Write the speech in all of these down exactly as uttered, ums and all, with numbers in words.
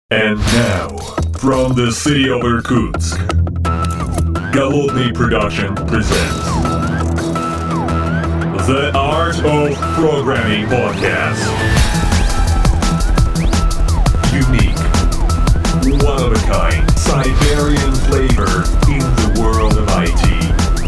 And now, from the city of Irkutsk, Голодный Production presents The Art of Programming Podcast. Unique, one of a kind, Siberian flavor in the world of ай ти.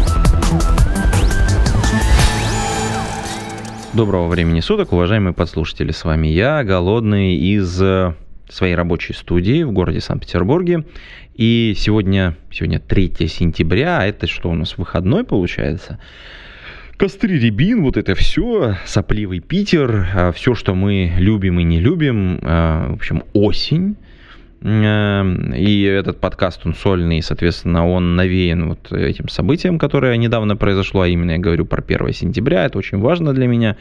Доброго времени суток, уважаемые подслушатели. С вами я, Голодный, из своей рабочей студии в городе Санкт-Петербурге. И сегодня, сегодня третьего сентября, а это что у нас, выходной получается? Костры, рябин, вот это все, сопливый Питер, все, что мы любим и не любим, в общем, осень. И этот подкаст, он сольный, соответственно, он навеян вот этим событием, которое недавно произошло, а именно я говорю про первого сентября, это очень важно для меня.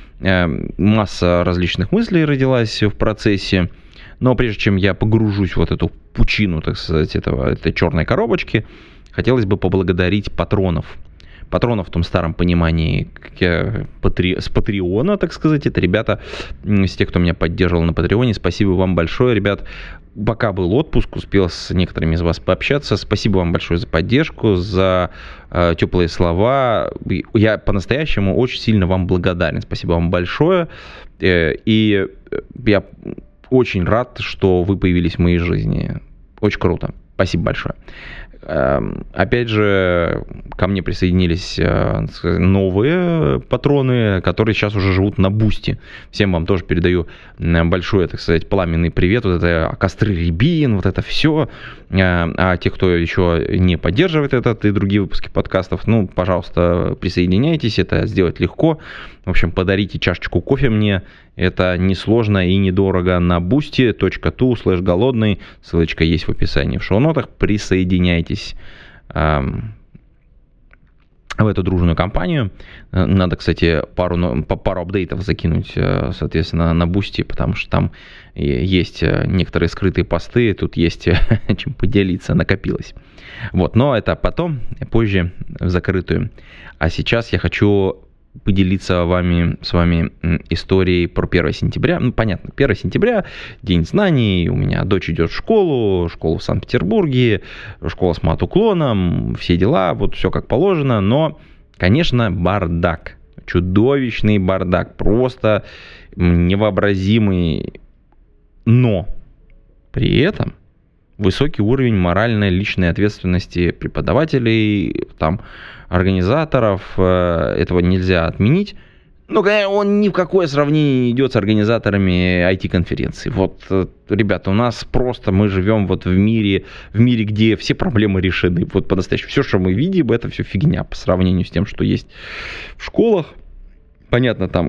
Масса различных мыслей родилась в процессе. Но прежде чем я погружусь в вот эту пучину, так сказать, этого, этой черной коробочки, хотелось бы поблагодарить патронов. Патронов в том старом понимании патри... с Патреона, так сказать. Это ребята, с тех, кто меня поддерживал на Патреоне. Спасибо вам большое, ребят. Пока был отпуск, успел с некоторыми из вас пообщаться. Спасибо вам большое за поддержку, за э, теплые слова. Я по-настоящему очень сильно вам благодарен. Спасибо вам большое. Э, и я очень рад, что вы появились в моей жизни. Очень круто. Спасибо большое. Опять же, ко мне присоединились новые патроны, которые сейчас уже живут на Бусти. Всем вам тоже передаю большой, так сказать, пламенный привет. Вот это костры, рябин, вот это все. А те, кто еще не поддерживает этот и другие выпуски подкастов, ну, пожалуйста, присоединяйтесь. Это сделать легко. В общем, подарите чашечку кофе мне. Это несложно и недорого на boosty точка ту слэш голодный. Ссылочка есть в описании в шоу-нотах. Присоединяйтесь эм, в эту дружную компанию. Надо, кстати, пару, пару апдейтов закинуть, соответственно, на Boosty, потому что там есть некоторые скрытые посты, тут есть чем поделиться, накопилось. Вот, но это потом, позже, в закрытую. А сейчас я хочу поделиться вами, с вами историей про первого сентября. Ну, понятно, первого сентября, День знаний, у меня дочь идет в школу, школа в Санкт-Петербурге, школа с мат-уклоном, все дела, вот все как положено, но, конечно, бардак, чудовищный бардак, просто невообразимый, но при этом высокий уровень моральной личной ответственности преподавателей, там, организаторов, этого нельзя отменить. Но он ни в какое сравнение не идет с организаторами ай ти-конференций. Вот, ребята, у нас просто мы живем вот в мире, в мире, где все проблемы решены. Вот по-настоящему все, что мы видим, это все фигня по сравнению с тем, что есть в школах. Понятно, там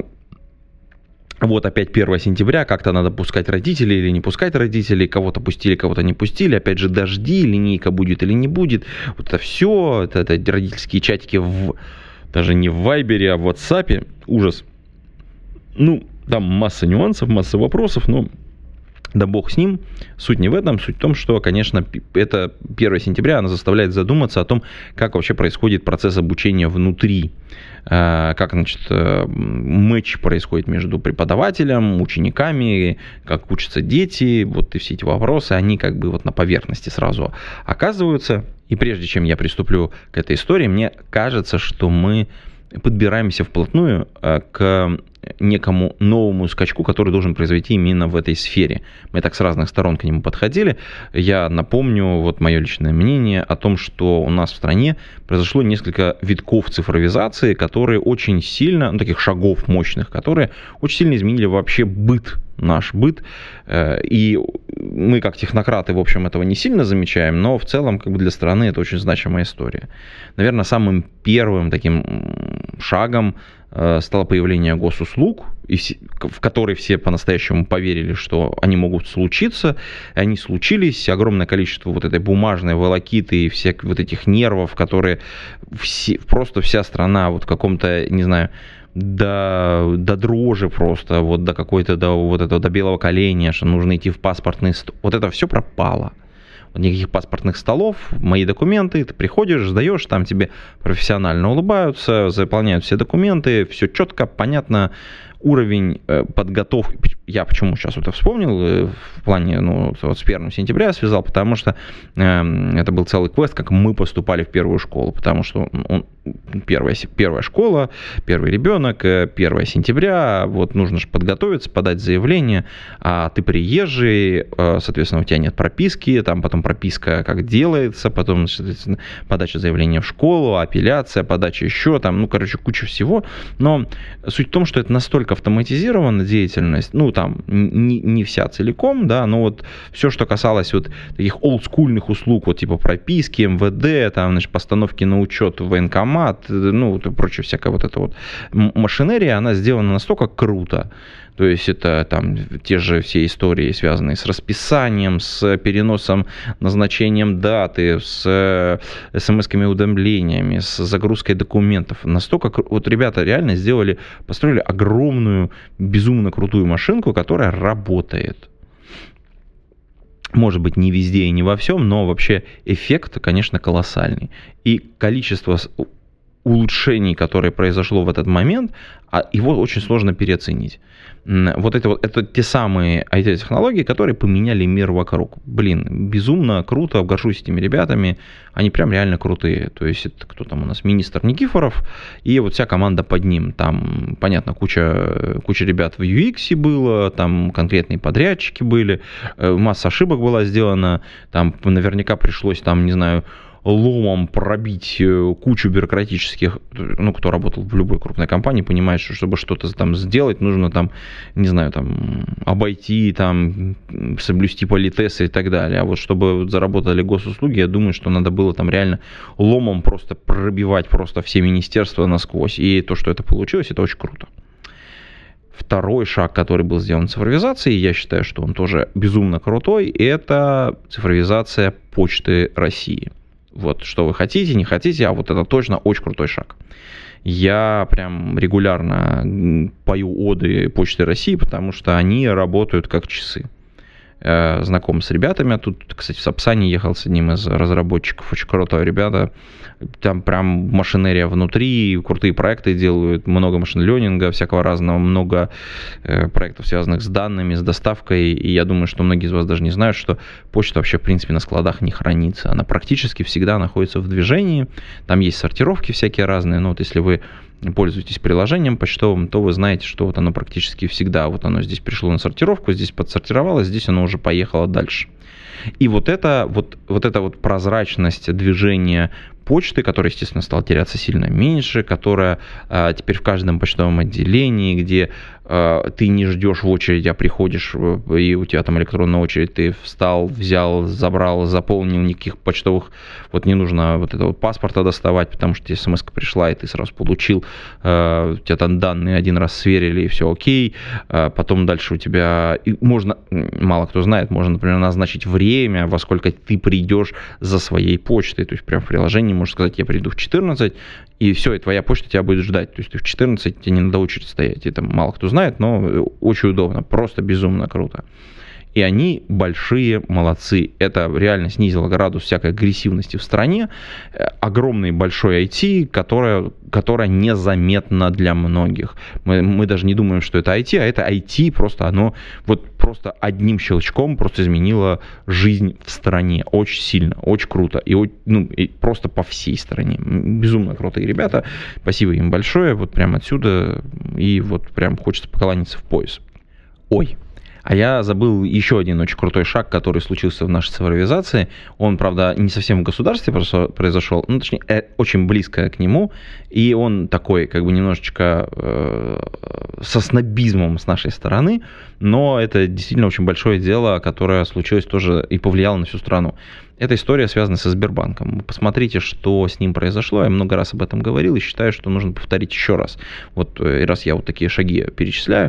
вот опять первого сентября, как-то надо пускать родителей или не пускать родителей, кого-то пустили, кого-то не пустили, опять же дожди, линейка будет или не будет, вот это все, это, это родительские чатики в, даже не в Вайбере, а в WhatsApp, ужас. Ну, там масса нюансов, масса вопросов, но да бог с ним, суть не в этом, суть в том, что, конечно, это первого сентября, она заставляет задуматься о том, как вообще происходит процесс обучения внутри, как, значит, матч происходит между преподавателем, учениками, как учатся дети, вот и все эти вопросы, они как бы вот на поверхности сразу оказываются. И прежде чем я приступлю к этой истории, мне кажется, что мы подбираемся вплотную к некому новому скачку, который должен произойти именно в этой сфере. Мы так с разных сторон к нему подходили. Я напомню, вот мое личное мнение о том, что у нас в стране произошло несколько витков цифровизации, которые очень сильно, ну, таких шагов мощных, которые очень сильно изменили вообще быт, наш быт. И мы, как технократы, в общем, этого не сильно замечаем, но в целом, как бы, для страны это очень значимая история. Наверное, самым первым таким шагом стало появление госуслуг, в которые все по-настоящему поверили, что они могут случиться. И они случились. Огромное количество вот этой бумажной волокиты и всех вот этих нервов, которые все, просто вся страна вот в каком-то, не знаю, до, до дрожи просто, вот до какой-то, до вот этого, до белого коленя, что нужно идти в паспортный стол. Вот это все пропало. Никаких паспортных столов, мои документы, ты приходишь, сдаешь, там тебе профессионально улыбаются, заполняют все документы, все четко, понятно, уровень подготовки, я почему сейчас это вспомнил, в плане, ну, вот с первого сентября связал, потому что э, это был целый квест, как мы поступали в первую школу, потому что он, первая, первая школа, первый ребенок, первого сентября, вот нужно же подготовиться, подать заявление, а ты приезжий, соответственно, у тебя нет прописки, там потом прописка как делается, потом, соответственно, подача заявления в школу, апелляция, подача еще, там, ну, короче, куча всего, но суть в том, что это настолько автоматизирована деятельность, ну, там, не, не вся целиком, да, но вот все, что касалось вот таких олдскульных услуг, вот типа прописки, эм вэ дэ, там, значит, постановки на учет в военкомат, ну, и прочее, всякая вот эта вот машинерия, она сделана настолько круто. То есть это там те же все истории, связанные с расписанием, с переносом, назначением даты, с смс-ками уведомлениями, с загрузкой документов. Настолько... Вот ребята реально сделали, построили огромную, безумно крутую машинку, которая работает. Может быть, не везде и не во всем, но вообще эффект, конечно, колоссальный. И количество улучшений, которое произошло в этот момент, его очень сложно переоценить. Вот это вот это те самые ай ти-технологии, которые поменяли мир вокруг. Блин, безумно круто, горжусь этими ребятами, они прям реально крутые. То есть это кто там у нас, министр Никифоров, и вот вся команда под ним. Там, понятно, куча, куча ребят в ю экс было, там конкретные подрядчики были, масса ошибок была сделана, там наверняка пришлось, там, не знаю, ломом пробить кучу бюрократических, ну, кто работал в любой крупной компании, понимает, что чтобы что-то там сделать, нужно там, не знаю, там, обойти, там, соблюсти политесы и так далее. А вот чтобы заработали госуслуги, я думаю, что надо было там реально ломом просто пробивать просто все министерства насквозь. И то, что это получилось, это очень круто. Второй шаг, который был сделан цифровизацией, я считаю, что он тоже безумно крутой, это цифровизация Почты России. Вот, что вы хотите, не хотите, а вот это точно очень крутой шаг. Я прям регулярно пою оды Почты России, потому что они работают как часы. Знаком с ребятами. Тут, кстати, в Сапсане ехал с одним из разработчиков. Очень крутые ребята. Там прям машинерия внутри, крутые проекты делают, много машин-ленинга всякого разного, много проектов, связанных с данными, с доставкой. И я думаю, что многие из вас даже не знают, что почта вообще, в принципе, на складах не хранится. Она практически всегда находится в движении. Там есть сортировки всякие разные. Но вот если вы пользуетесь приложением почтовым, то вы знаете, что вот оно практически всегда, вот оно здесь пришло на сортировку, здесь подсортировалось, здесь оно уже поехало дальше. И вот это вот, вот эта вот прозрачность движения почты, которая, естественно, стала теряться сильно меньше, которая а, теперь в каждом почтовом отделении, где а, ты не ждешь в очереди, а приходишь, и у тебя там электронная очередь, ты встал, взял, забрал, заполнил, никаких почтовых, вот не нужно вот этого паспорта доставать, потому что тебе смс-ка пришла, и ты сразу получил, а, у тебя там данные один раз сверили, и все окей, а потом дальше у тебя, и можно, мало кто знает, можно, например, назначить время, во сколько ты придешь за своей почтой, то есть прям в приложении можешь сказать, я приду в четырнадцать, и все, и твоя почта тебя будет ждать. То есть ты в четырнадцать, тебе не надо очередь стоять. Это мало кто знает, но очень удобно, просто безумно круто. И они большие молодцы. Это реально снизило градус всякой агрессивности в стране. Огромный большой ай ти, которое, которое незаметно для многих. Мы, мы даже не думаем, что это ай ти, а это ай ти, просто оно вот просто одним щелчком просто изменило жизнь в стране. Очень сильно, очень круто. И, ну, и просто по всей стране. Безумно крутые ребята. Спасибо им большое. Вот прямо отсюда. И вот прям хочется поклониться в пояс. Ой. А я забыл еще один очень крутой шаг, который случился в нашей цифровизации. Он, правда, не совсем в государстве произошел, ну, точнее, очень близко к нему. И он такой, как бы, немножечко э, со снобизмом с нашей стороны. Но это действительно очень большое дело, которое случилось тоже и повлияло на всю страну. Эта история связана со Сбербанком. Посмотрите, что с ним произошло. Я много раз об этом говорил и считаю, что нужно повторить еще раз. Вот и раз я вот такие шаги перечисляю.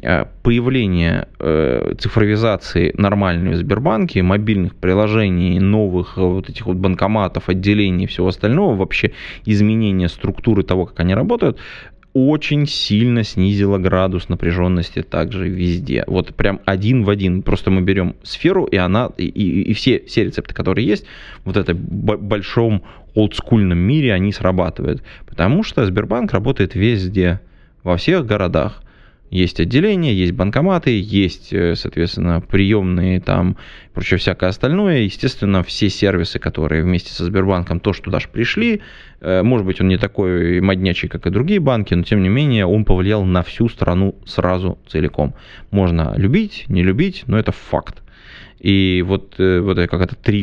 Появление цифровизации нормальной в Сбербанке, мобильных приложений, новых вот этих вот банкоматов, отделений и всего остального, вообще изменение структуры того, как они работают, очень сильно снизило градус напряженности также везде. Вот прям один в один. Просто мы берем сферу, и она, и, и все, все рецепты, которые есть, вот в этом большом олдскульном мире, они срабатывают. Потому что Сбербанк работает везде, во всех городах. Есть отделения, есть банкоматы, есть, соответственно, приемные там, прочее, всякое остальное. Естественно, все сервисы, которые вместе со Сбербанком тоже туда же пришли. Может быть, он не такой моднячий, как и другие банки, но, тем не менее, он повлиял на всю страну сразу целиком. Можно любить, не любить, но это факт. И вот, вот это как это три,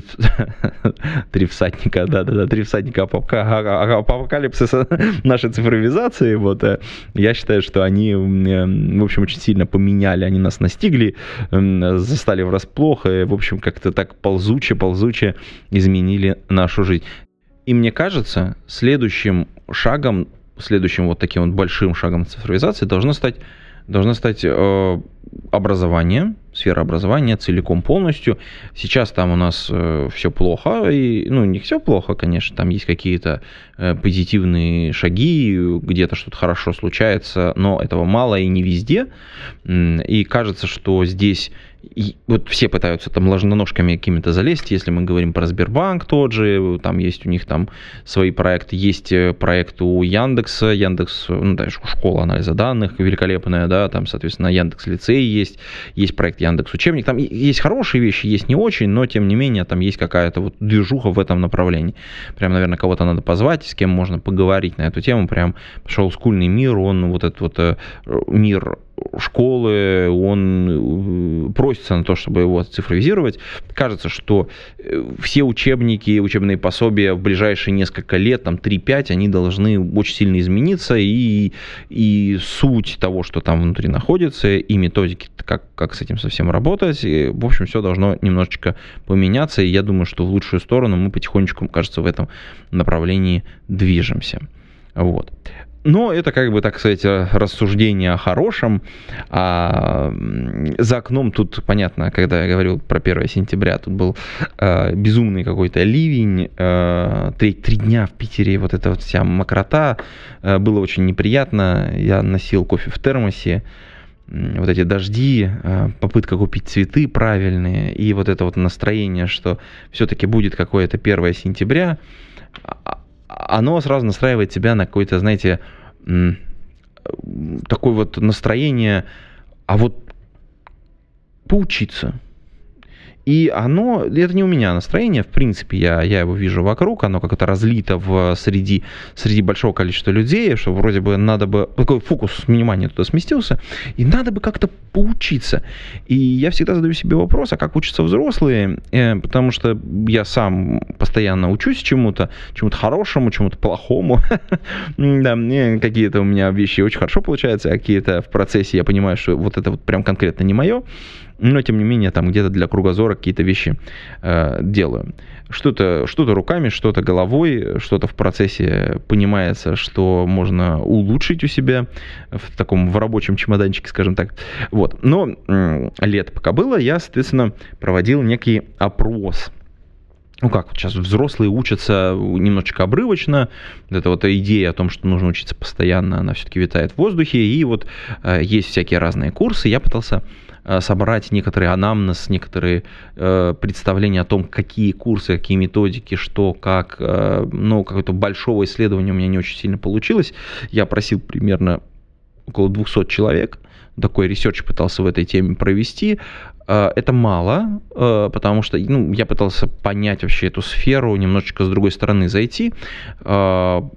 три всадника, да-да-да, три всадника апокалипсиса нашей цифровизации, вот, я считаю, что они, в общем, очень сильно поменяли, они нас настигли, застали врасплох, и, в общем, как-то так ползуче-ползуче изменили нашу жизнь. И мне кажется, следующим шагом, следующим вот таким вот большим шагом цифровизации должно стать, должно стать э, образование, сфера образования целиком полностью. Сейчас там у нас э, все плохо, и, ну, не все плохо, конечно, там есть какие-то э, позитивные шаги, где-то что-то хорошо случается, но этого мало и не везде. И кажется, что здесь и вот все пытаются там ложноножками какими-то залезть, если мы говорим про Сбербанк тот же, там есть у них там свои проекты, есть проект у Яндекса, Яндекс, ну, даже школа анализа данных великолепная, да, там, соответственно, Яндекс лицей есть, есть проект Яндекс учебник, там есть хорошие вещи, есть не очень, но, тем не менее, там есть какая-то вот движуха в этом направлении. Прям, наверное, кого-то надо позвать, с кем можно поговорить на эту тему, прям пошел олдскульный мир, он вот этот вот мир школы, он просится на то, чтобы его цифровизировать. Кажется, что все учебники, учебные пособия в ближайшие несколько лет, там три-пять, они должны очень сильно измениться, и, и суть того, что там внутри находится, и методики, как, как с этим совсем работать, и, в общем, все должно немножечко поменяться, и я думаю, что в лучшую сторону мы потихонечку, кажется, в этом направлении движемся. Вот. Но это, как бы, так сказать, рассуждение о хорошем. А за окном тут, понятно, когда я говорил про первое сентября, тут был э, безумный какой-то ливень. Э, три, три дня в Питере вот эта вот вся мокрота. Э, было очень неприятно. Я носил кофе в термосе. Вот эти дожди, э, попытка купить цветы правильные. И вот это вот настроение, что все-таки будет какое-то первое сентября. Оно сразу настраивает тебя на какое-то, знаете, такое вот настроение, а вот поучиться. И оно, это не у меня настроение, в принципе, я, я его вижу вокруг, оно как-то разлито в, среди, среди большого количества людей, что вроде бы надо бы, такой фокус внимания туда сместился, и надо бы как-то поучиться. И я всегда задаю себе вопрос, а как учатся взрослые, э, потому что я сам постоянно учусь чему-то, чему-то хорошему, чему-то плохому. Да, какие-то у меня вещи очень хорошо получаются, а какие-то в процессе я понимаю, что вот это вот прям конкретно не мое. Но, тем не менее, там где-то для кругозора какие-то вещи э, делаю. Что-то, что-то руками, что-то головой, что-то в процессе понимается, что можно улучшить у себя в таком, в рабочем чемоданчике, скажем так. Вот. Но э, лето пока было, я, соответственно, проводил некий опрос. Ну как, вот сейчас взрослые учатся немножечко обрывочно. Вот эта вот идея о том, что нужно учиться постоянно, она все-таки витает в воздухе. И вот э, есть всякие разные курсы. Я пытался собрать некоторый анамнез, некоторые э, представления о том, какие курсы, какие методики, что, как. Э, ну, какое-то большого исследования у меня не очень сильно получилось. Я просил примерно около двухсот человек. Такой ресерч пытался в этой теме провести. Это мало, потому что, ну, я пытался понять вообще эту сферу, немножечко с другой стороны зайти. Я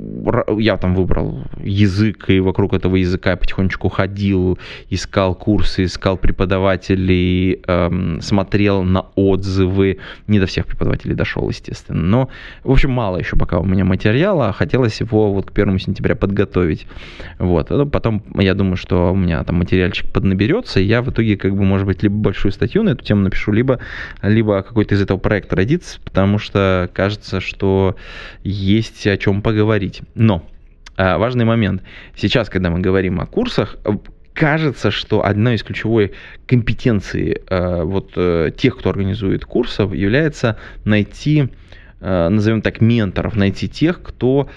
там выбрал язык, и вокруг этого языка я потихонечку ходил, искал курсы, искал преподавателей, смотрел на отзывы. Не до всех преподавателей дошел, естественно. Но, в общем, мало еще пока у меня материала. Хотелось его вот к первому сентября подготовить. Вот. Потом, я думаю, что у меня там материальчик поднаберется, и я в итоге, как бы, может быть, либо большую статью на эту тему напишу, либо, либо какой-то из этого проекта родится, потому что кажется, что есть о чем поговорить. Но важный момент. Сейчас, когда мы говорим о курсах, кажется, что одной из ключевой компетенций вот тех, кто организует курсы, является найти, назовем так, менторов, найти тех, кто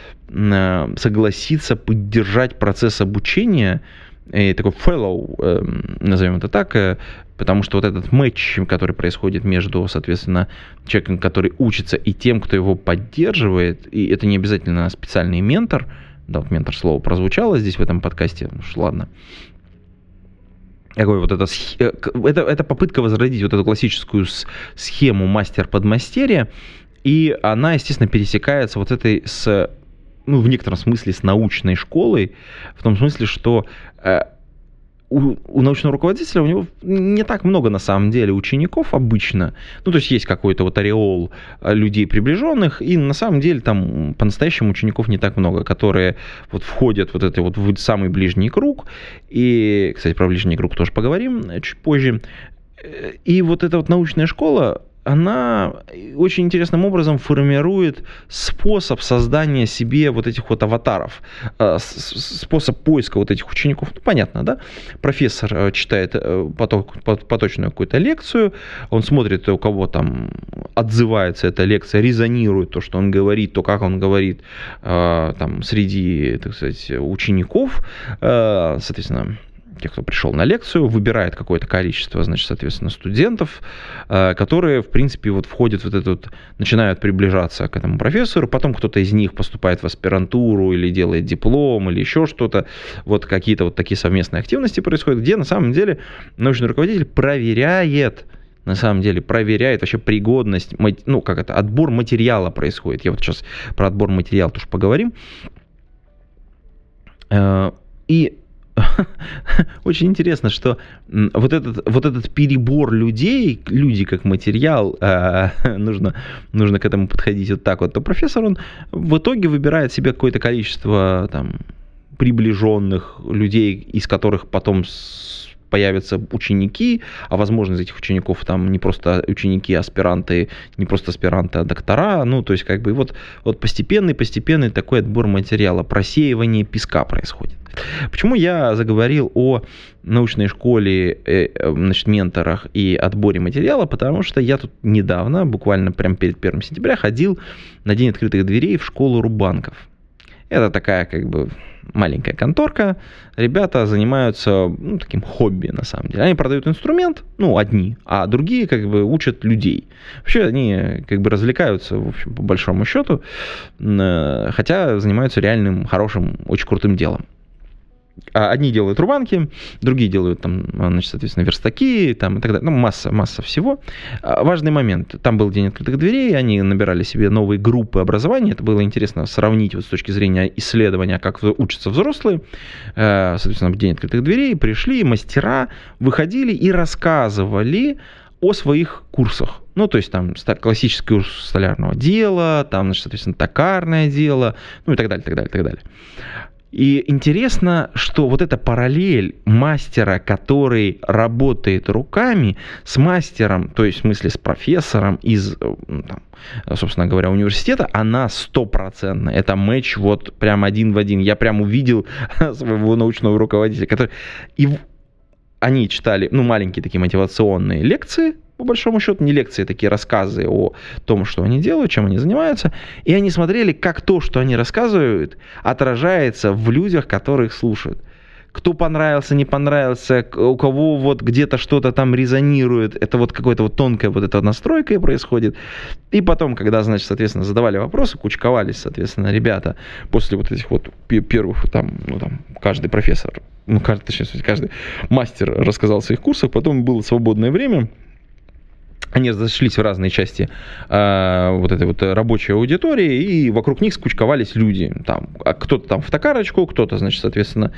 согласится поддержать процесс обучения, и такой fellow, назовем это так, потому что вот этот матч, который происходит между, соответственно, человеком, который учится, и тем, кто его поддерживает, и это не обязательно специальный ментор, да, вот ментор слово прозвучало здесь в этом подкасте, уж ладно, Какой вот это, это, это попытка возродить вот эту классическую схему мастер-подмастерья, и она, естественно, пересекается вот этой с, ну, в некотором смысле с научной школой, в том смысле, что э, у, у научного руководителя у него не так много на самом деле учеников обычно, ну, то есть есть какой-то вот ореол людей приближенных, и на самом деле там по-настоящему учеников не так много, которые вот входят вот это вот в самый ближний круг, и, кстати, про ближний круг тоже поговорим чуть позже, и вот эта вот научная школа, она очень интересным образом формирует способ создания себе вот этих вот аватаров, способ поиска вот этих учеников. Ну, понятно, да? Профессор читает поток, поточную какую-то лекцию, он смотрит, у кого там отзывается эта лекция, резонирует то, что он говорит, то, как он говорит там среди, так сказать, учеников, соответственно, тех, кто пришел на лекцию, выбирает какое-то количество, значит, соответственно, студентов, которые, в принципе, вот входят в этот вот, начинают приближаться к этому профессору, потом кто-то из них поступает в аспирантуру или делает диплом, или еще что-то, вот какие-то вот такие совместные активности происходят, где, на самом деле, научный руководитель проверяет, на самом деле, проверяет вообще пригодность, ну, как это, отбор материала происходит. Я вот сейчас про отбор материала тоже поговорим. И очень интересно, что вот этот, вот этот перебор людей, люди как материал, э, нужно, нужно к этому подходить вот так вот, то профессор, он в итоге выбирает себе какое-то количество там, приближенных людей, из которых потом появятся ученики, а возможно из этих учеников там не просто ученики, аспиранты, не просто аспиранты, а доктора, ну, то есть как бы вот, вот постепенный, постепенный такой отбор материала, просеивание песка происходит. Почему я заговорил о научной школе, значит, менторах и отборе материала? Потому что я тут недавно, буквально прямо перед первым сентября, ходил на День открытых дверей в школу Рубанков. Это такая как бы маленькая конторка. Ребята занимаются ну, таким хобби на самом деле. Они продают инструмент, ну, одни, а другие как бы учат людей. Вообще они как бы развлекаются, в общем, по большому счету, хотя занимаются реальным, хорошим, очень крутым делом. Одни делают рубанки, другие делают там, значит, соответственно, верстаки там, и так далее. Ну, масса, масса всего. Важный момент. Там был День открытых дверей, они набирали себе новые группы образования. Это было интересно сравнить вот с точки зрения исследования, как учатся взрослые. Соответственно, в День открытых дверей пришли мастера, выходили и рассказывали о своих курсах. Ну, то есть там классический курс столярного дела, там, значит, соответственно, токарное дело, ну и так далее, так далее, так далее. И интересно, что вот эта параллель мастера, который работает руками, с мастером, то есть в смысле с профессором из, там, собственно говоря, университета, она стопроцентная. Это матч вот прям один в один. Я прям увидел своего научного руководителя, который... И они читали, ну, маленькие такие мотивационные лекции, по большому счету, не лекции, такие рассказы о том, что они делают, чем они занимаются, и они смотрели, как то, что они рассказывают, отражается в людях, которые их слушают. Кто понравился, не понравился, у кого вот где-то что-то там резонирует, это вот какая-то вот тонкая вот эта настройка происходит. И потом, когда, значит, соответственно, задавали вопросы, кучковались, соответственно, ребята, после вот этих вот первых, там, ну, там, каждый профессор, ну, каждый, точнее, каждый мастер рассказал о своих курсах, потом было свободное время, они разошлись в разные части э, вот этой вот рабочей аудитории, и вокруг них скучковались люди. Там, кто-то там в токарочку, кто-то, значит, соответственно,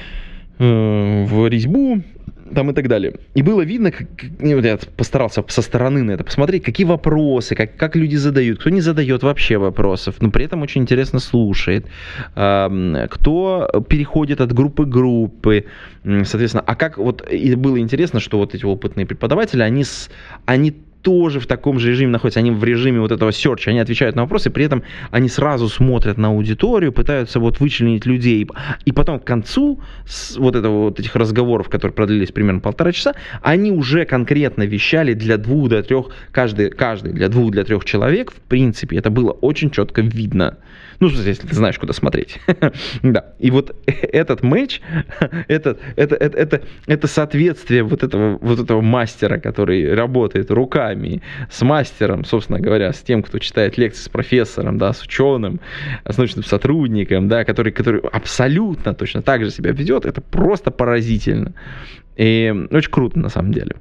э, в резьбу, там и так далее. И было видно, как, я постарался со стороны на это посмотреть, какие вопросы, как, как люди задают, кто не задает вообще вопросов, но при этом очень интересно слушает, э, кто переходит от группы к группе, соответственно, а как вот, и было интересно, что вот эти опытные преподаватели, они, с, они тоже в таком же режиме находятся, они в режиме вот этого серча, они отвечают на вопросы, при этом они сразу смотрят на аудиторию, пытаются вот вычленить людей, и потом к концу вот, этого, вот этих разговоров, которые продлились примерно полтора часа, они уже конкретно вещали для двух, для трех, каждый, каждый для двух, для трех человек, в принципе, это было очень четко видно. Ну, если ты знаешь, куда смотреть. Да. И вот этот матч, это, это, это, это, это соответствие вот этого, вот этого мастера, который работает руками, с мастером, собственно говоря, с тем, кто читает лекции, с профессором, да, с ученым, с научным сотрудником, да, который, который абсолютно точно так же себя ведет, это просто поразительно. И очень круто, на самом деле.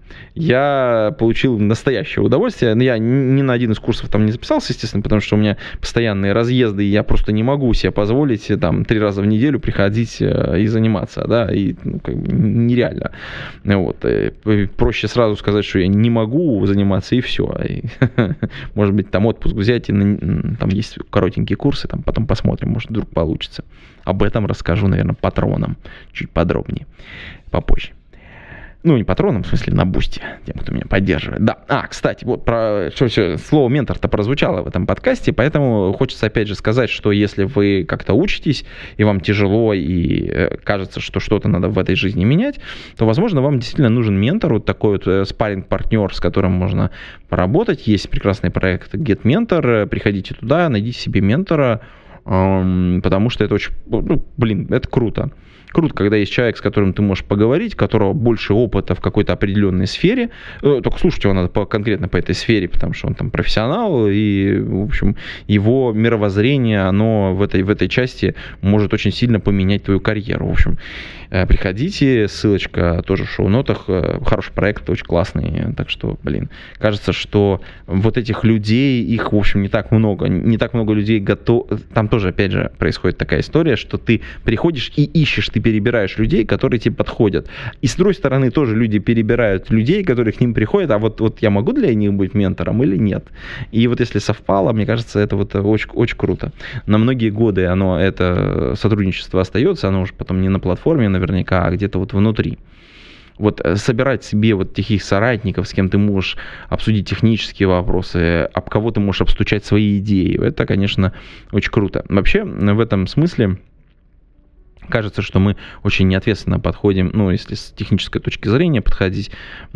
Я получил настоящее удовольствие. Я ни на один из курсов там не записался, естественно, потому что у меня постоянные разъезды, и я просто не могу себе позволить там три раза в неделю приходить и заниматься, да, и ну, как бы нереально. Вот. И проще сразу сказать, что я не могу заниматься, и все. И, может быть, там отпуск взять, и там есть коротенькие курсы, там потом посмотрим, может, вдруг получится. Об этом расскажу, наверное, патронам чуть подробнее, попозже. Ну, не патроном, в смысле, на бусте, тем, кто меня поддерживает. Да. А, кстати, вот про что все, слово ментор-то прозвучало в этом подкасте, поэтому хочется опять же сказать, что если вы как-то учитесь, и вам тяжело, и кажется, что что-то надо в этой жизни менять, то, возможно, вам действительно нужен ментор, вот такой вот спарринг-партнер, с которым можно поработать. Есть прекрасный проект Get Mentor, приходите туда, найдите себе ментора, потому что это очень, ну, блин, это круто. Круто, когда есть человек, с которым ты можешь поговорить, у которого больше опыта в какой-то определенной сфере. Только слушать его надо по, конкретно по этой сфере, потому что он там профессионал, и, в общем, его мировоззрение, оно в этой, в этой части может очень сильно поменять твою карьеру. В общем, приходите, ссылочка тоже в шоу-нотах. Хороший проект, очень классный. Так что, блин, кажется, что вот этих людей, их, в общем, не так много. Не так много людей готов... Там тоже, опять же, происходит такая история, что ты приходишь и ищешь, ты перебираешь людей, которые тебе подходят. И с другой стороны, тоже люди перебирают людей, которые к ним приходят, а вот, вот я могу для них быть ментором или нет? И вот если совпало, мне кажется, это вот очень, очень круто. На многие годы оно, это сотрудничество остается, оно уже потом не на платформе наверняка, а где-то вот внутри. Вот собирать себе вот таких соратников, с кем ты можешь обсудить технические вопросы, об кого ты можешь обстучать свои идеи, это, конечно, очень круто. Вообще, в этом смысле, кажется, что мы очень неответственно подходим, ну, если с технической точки зрения подходить,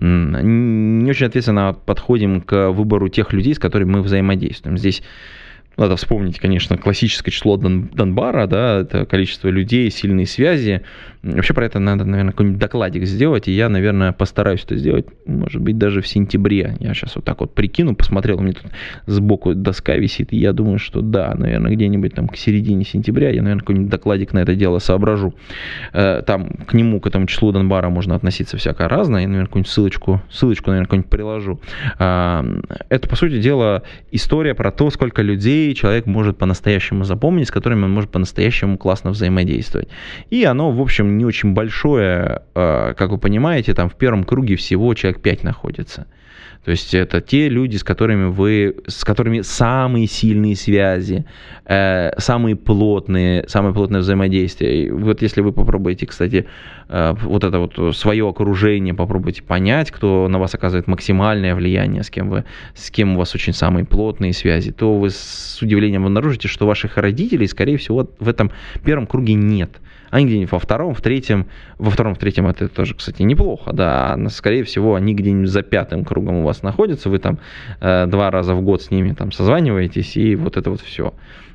не очень ответственно подходим к выбору тех людей, с которыми мы взаимодействуем. Здесь надо вспомнить, конечно, классическое число Данбара, да, это количество людей, сильные связи. Вообще про это надо, наверное, какой-нибудь докладик сделать, и я, наверное, постараюсь это сделать, может быть, даже в сентябре. Я сейчас вот так вот прикину, посмотрел, у меня тут сбоку доска висит, и я думаю, что да, наверное, где-нибудь там к середине сентября я, наверное, какой-нибудь докладик на это дело соображу. Там к нему, к этому числу Данбара можно относиться всякое разное, я, наверное, какую-нибудь ссылочку, ссылочку, наверное, какую-нибудь приложу. Это, по сути дела, история про то, сколько людей человек может по-настоящему запомнить, с которыми он может по-настоящему классно взаимодействовать. И оно, в общем, не очень большое, как вы понимаете, там в первом круге всего человек пять находится. То есть это те люди, с которыми вы, с которыми самые сильные связи, э, самые плотные, самое плотное взаимодействие. И вот если вы попробуете, кстати, э, вот это вот свое окружение, попробуйте понять, кто на вас оказывает максимальное влияние, с кем вы, с кем у вас очень самые плотные связи, то вы с удивлением обнаружите, что ваших родителей, скорее всего, в этом первом круге нет. Они где-нибудь во втором, в третьем, во втором, в третьем это тоже, кстати, неплохо, да, скорее всего, они где-нибудь за пятым кругом у вас находятся, вы там э, два раза в год с ними там созваниваетесь, и вот это вот все.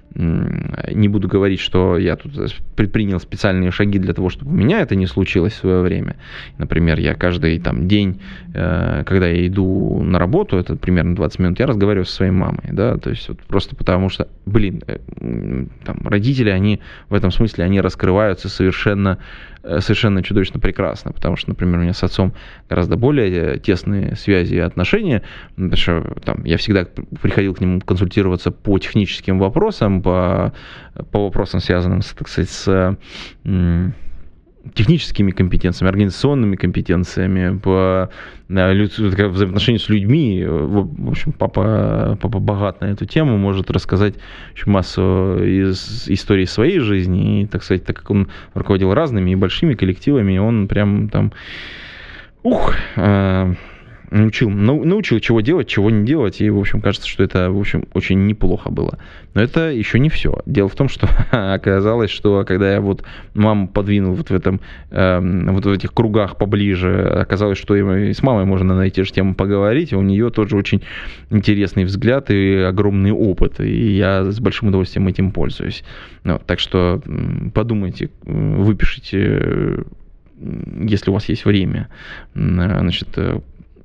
Не буду говорить, что я тут предпринял специальные шаги для того, чтобы у меня это не случилось в свое время. Например, я каждый там день, когда я иду на работу, это примерно двадцать минут, я разговариваю со своей мамой, да, то есть вот просто потому что, блин, там родители, они в этом смысле, они раскрываются совершенно, совершенно чудовищно прекрасно, потому что, например, у меня с отцом гораздо более тесные связи и отношения, потому что там я всегда приходил к нему консультироваться по техническим вопросам, по, по вопросам, связанным, с, так сказать, с м, техническими компетенциями, организационными компетенциями, по взаимоотношению с людьми. В общем, папа, папа богат на эту тему, может рассказать очень массу из историй своей жизни. И, так сказать, так как он руководил разными и большими коллективами, он прям там, ух, научил, научил, чего делать, чего не делать, и, в общем, кажется, что это, в общем, очень неплохо было. Но это еще не все. Дело в том, что оказалось, что когда я вот маму подвинул вот в этом, э, вот в этих кругах поближе, оказалось, что и с мамой можно на эти же темы поговорить, и у нее тоже очень интересный взгляд и огромный опыт, и я с большим удовольствием этим пользуюсь. Вот, так что подумайте, выпишите, если у вас есть время, значит,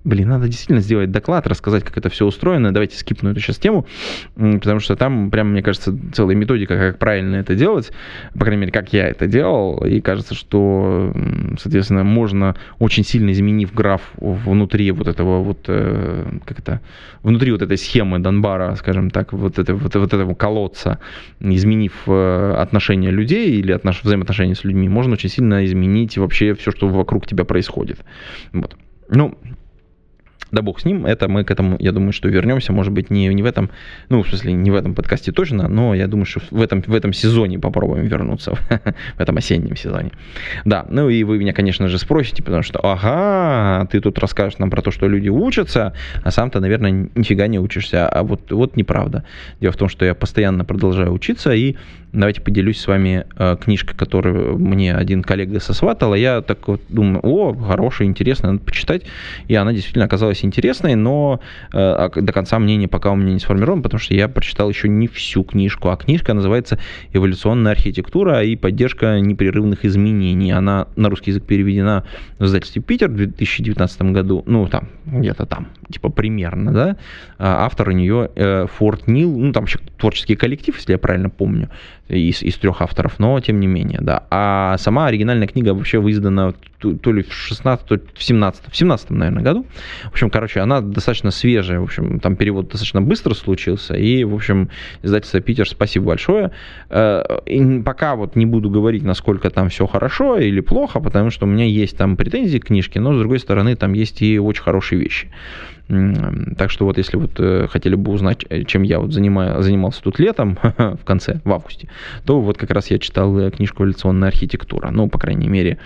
блин, надо действительно сделать доклад, рассказать, как это все устроено. Давайте скипну эту сейчас тему, потому что там прям, мне кажется, целая методика, как правильно это делать, по крайней мере, как я это делал, и кажется, что, соответственно, можно, очень сильно изменив граф внутри вот этого вот, как это, внутри вот этой схемы Данбара, скажем так, вот, это, вот, вот этого колодца, изменив отношения людей или отнош... взаимоотношения с людьми, можно очень сильно изменить вообще все, что вокруг тебя происходит. Вот. Ну, да бог с ним, это мы к этому, я думаю, что вернемся, может быть, не, не в этом, ну, в смысле, не в этом подкасте точно, но я думаю, что в этом, в этом сезоне попробуем вернуться, в этом осеннем сезоне. Да, ну и вы меня, конечно же, спросите, потому что, ага, ты тут расскажешь нам про то, что люди учатся, а сам-то, наверное, нифига не учишься, а вот, вот неправда. Дело в том, что я постоянно продолжаю учиться, и давайте поделюсь с вами э, книжкой, которую мне один коллега сосватал, а я так вот думаю, о, хорошая, интересная, надо почитать, и она действительно оказалась интересной, но э, до конца мнение пока у меня не сформировано, потому что я прочитал еще не всю книжку, а книжка называется «Эволюционная архитектура и поддержка непрерывных изменений». Она на русский язык переведена в издательстве «Питер» в две тысячи девятнадцатом году, ну, там, где-то там, типа примерно, да, а автор у нее э, Форт Нил, ну, там еще творческий коллектив, если я правильно помню, из, из трех авторов, но тем не менее, да. А сама оригинальная книга вообще издана то, то ли в шестнадцатом, то ли в семнадцатом, в семнадцатом, наверное, году. В общем, короче, она достаточно свежая, в общем, там перевод достаточно быстро случился, и, в общем, издательство «Питер», спасибо большое. И пока вот не буду говорить, насколько там все хорошо или плохо, потому что у меня есть там претензии к книжке, но, с другой стороны, там есть и очень хорошие вещи. Так что вот если вот хотели бы узнать, чем я вот занимаю, занимался тут летом, в конце, в августе, то вот как раз я читал книжку «Эволюционная архитектура». Ну, по крайней мере,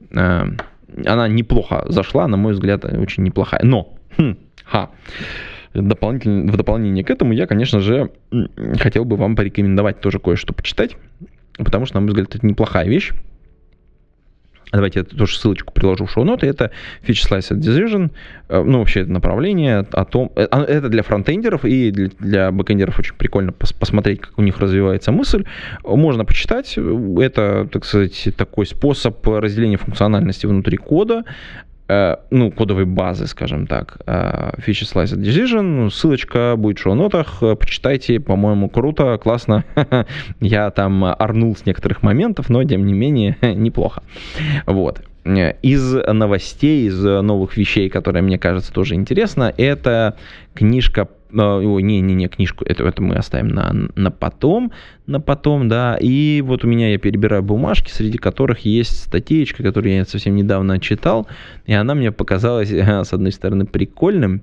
она неплохо зашла, на мой взгляд, очень неплохая. Но, хм, ха, дополнительно, в дополнение к этому я, конечно же, хотел бы вам порекомендовать тоже кое-что почитать, потому что, на мой взгляд, это неплохая вещь. Давайте я тоже ссылочку приложу в шоу-ноты. Это Feature Slice Decision. Ну, вообще, это направление о том... Это для фронтендеров и для, для бэкендеров очень прикольно пос- посмотреть, как у них развивается мысль. Можно почитать. Это, так сказать, такой способ разделения функциональности внутри кода. Ну, кодовой базы, скажем так, Feature Slice Decision, ссылочка будет в шоу-нотах, почитайте, по-моему, круто, классно, я там орнул с некоторых моментов, но, тем не менее, неплохо, вот. Из новостей, из новых вещей, которые, мне кажется, тоже интересно, это книжка, ой, не-не-не, книжку, это, это мы оставим на, на потом, на потом, да, и вот у меня я перебираю бумажки, среди которых есть статейка, которую я совсем недавно читал, и она мне показалась, с одной стороны, прикольным,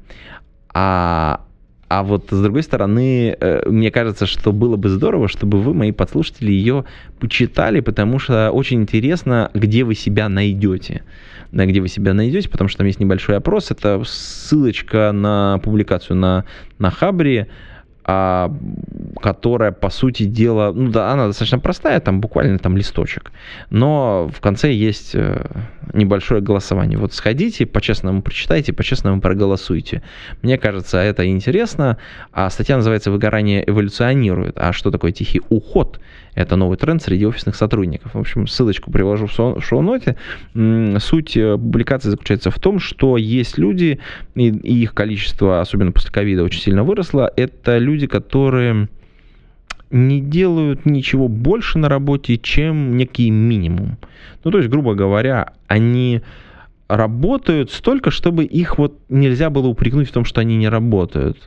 а... А вот с другой стороны, мне кажется, что было бы здорово, чтобы вы, мои подслушатели, ее почитали, потому что очень интересно, где вы себя найдете. Да, где вы себя найдете, потому что там есть небольшой опрос. Это ссылочка на публикацию на, на Хабре, а, которая, по сути дела, ну да, она достаточно простая, там буквально там листочек, но в конце есть небольшое голосование. Вот сходите, по-честному прочитайте, по-честному проголосуйте. Мне кажется, это интересно. А статья называется «Выгорание эволюционирует». А что такое тихий уход? Это новый тренд среди офисных сотрудников. В общем, ссылочку привожу в шоу-ноте. Суть публикации заключается в том, что есть люди, и их количество, особенно после ковида, очень сильно выросло. Это люди, которые не делают ничего больше на работе, чем некий минимум. Ну, то есть, грубо говоря, они работают столько, чтобы их вот нельзя было упрекнуть в том, что они не работают.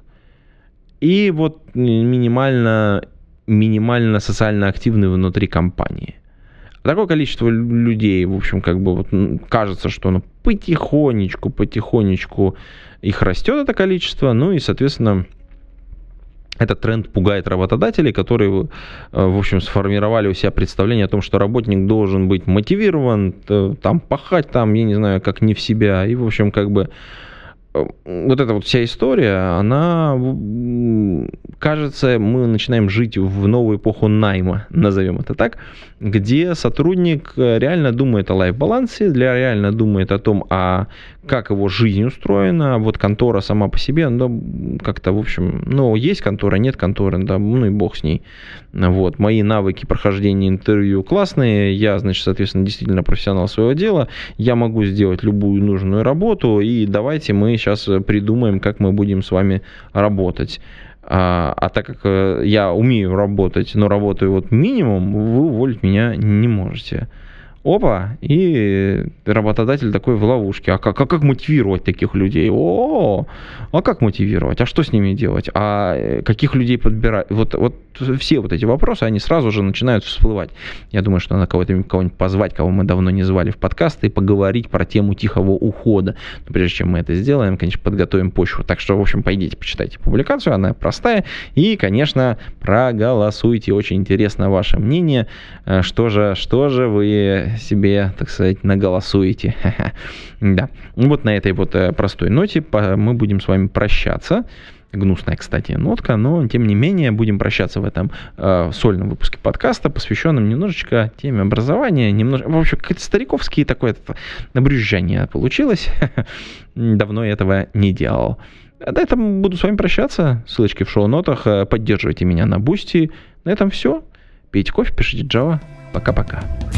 И вот минимально, минимально социально активны внутри компании. Такое количество людей, в общем, как бы вот кажется, что оно потихонечку, потихонечку их растет, это количество, ну и, соответственно, этот тренд пугает работодателей, которые, в общем, сформировали у себя представление о том, что работник должен быть мотивирован, там, пахать там, я не знаю, как не в себя. И, в общем, как бы вот эта вот вся история, она, кажется, мы начинаем жить в новую эпоху найма, назовем это так, где сотрудник реально думает о лайф-балансе, реально думает о том, а как его жизнь устроена, вот контора сама по себе, ну, как-то, в общем, ну, есть контора, нет конторы, да, ну и бог с ней. Вот, мои навыки прохождения интервью классные, я, значит, соответственно, действительно профессионал своего дела, я могу сделать любую нужную работу, и давайте мы сейчас придумаем, как мы будем с вами работать. А, а так как я умею работать, но работаю вот минимум, вы уволить меня не можете. Опа, и работодатель такой в ловушке. А как, а как мотивировать таких людей? О, а как мотивировать? А что с ними делать? А каких людей подбирать? Вот, вот все вот эти вопросы, они сразу же начинают всплывать. Я думаю, что надо кого-то, кого-нибудь позвать, кого мы давно не звали в подкаст, и поговорить про тему тихого ухода. Но прежде чем мы это сделаем, конечно, подготовим почву. Так что, в общем, пойдите, почитайте публикацию, она простая. И, конечно, проголосуйте. Очень интересно ваше мнение. Что же, что же вы себе, так сказать, наголосуете. Да. Вот на этой вот простой ноте мы будем с вами прощаться. Гнусная, кстати, нотка, но, тем не менее, будем прощаться в этом э, сольном выпуске подкаста, посвященном немножечко теме образования. Немножко, в общем, какое-то стариковское такое набрюзжание получилось. Давно я этого не делал. На этом буду с вами прощаться. Ссылочки в шоу-нотах. Поддерживайте меня на Бусти. На этом все. Пейте кофе, пишите Java. Пока-пока.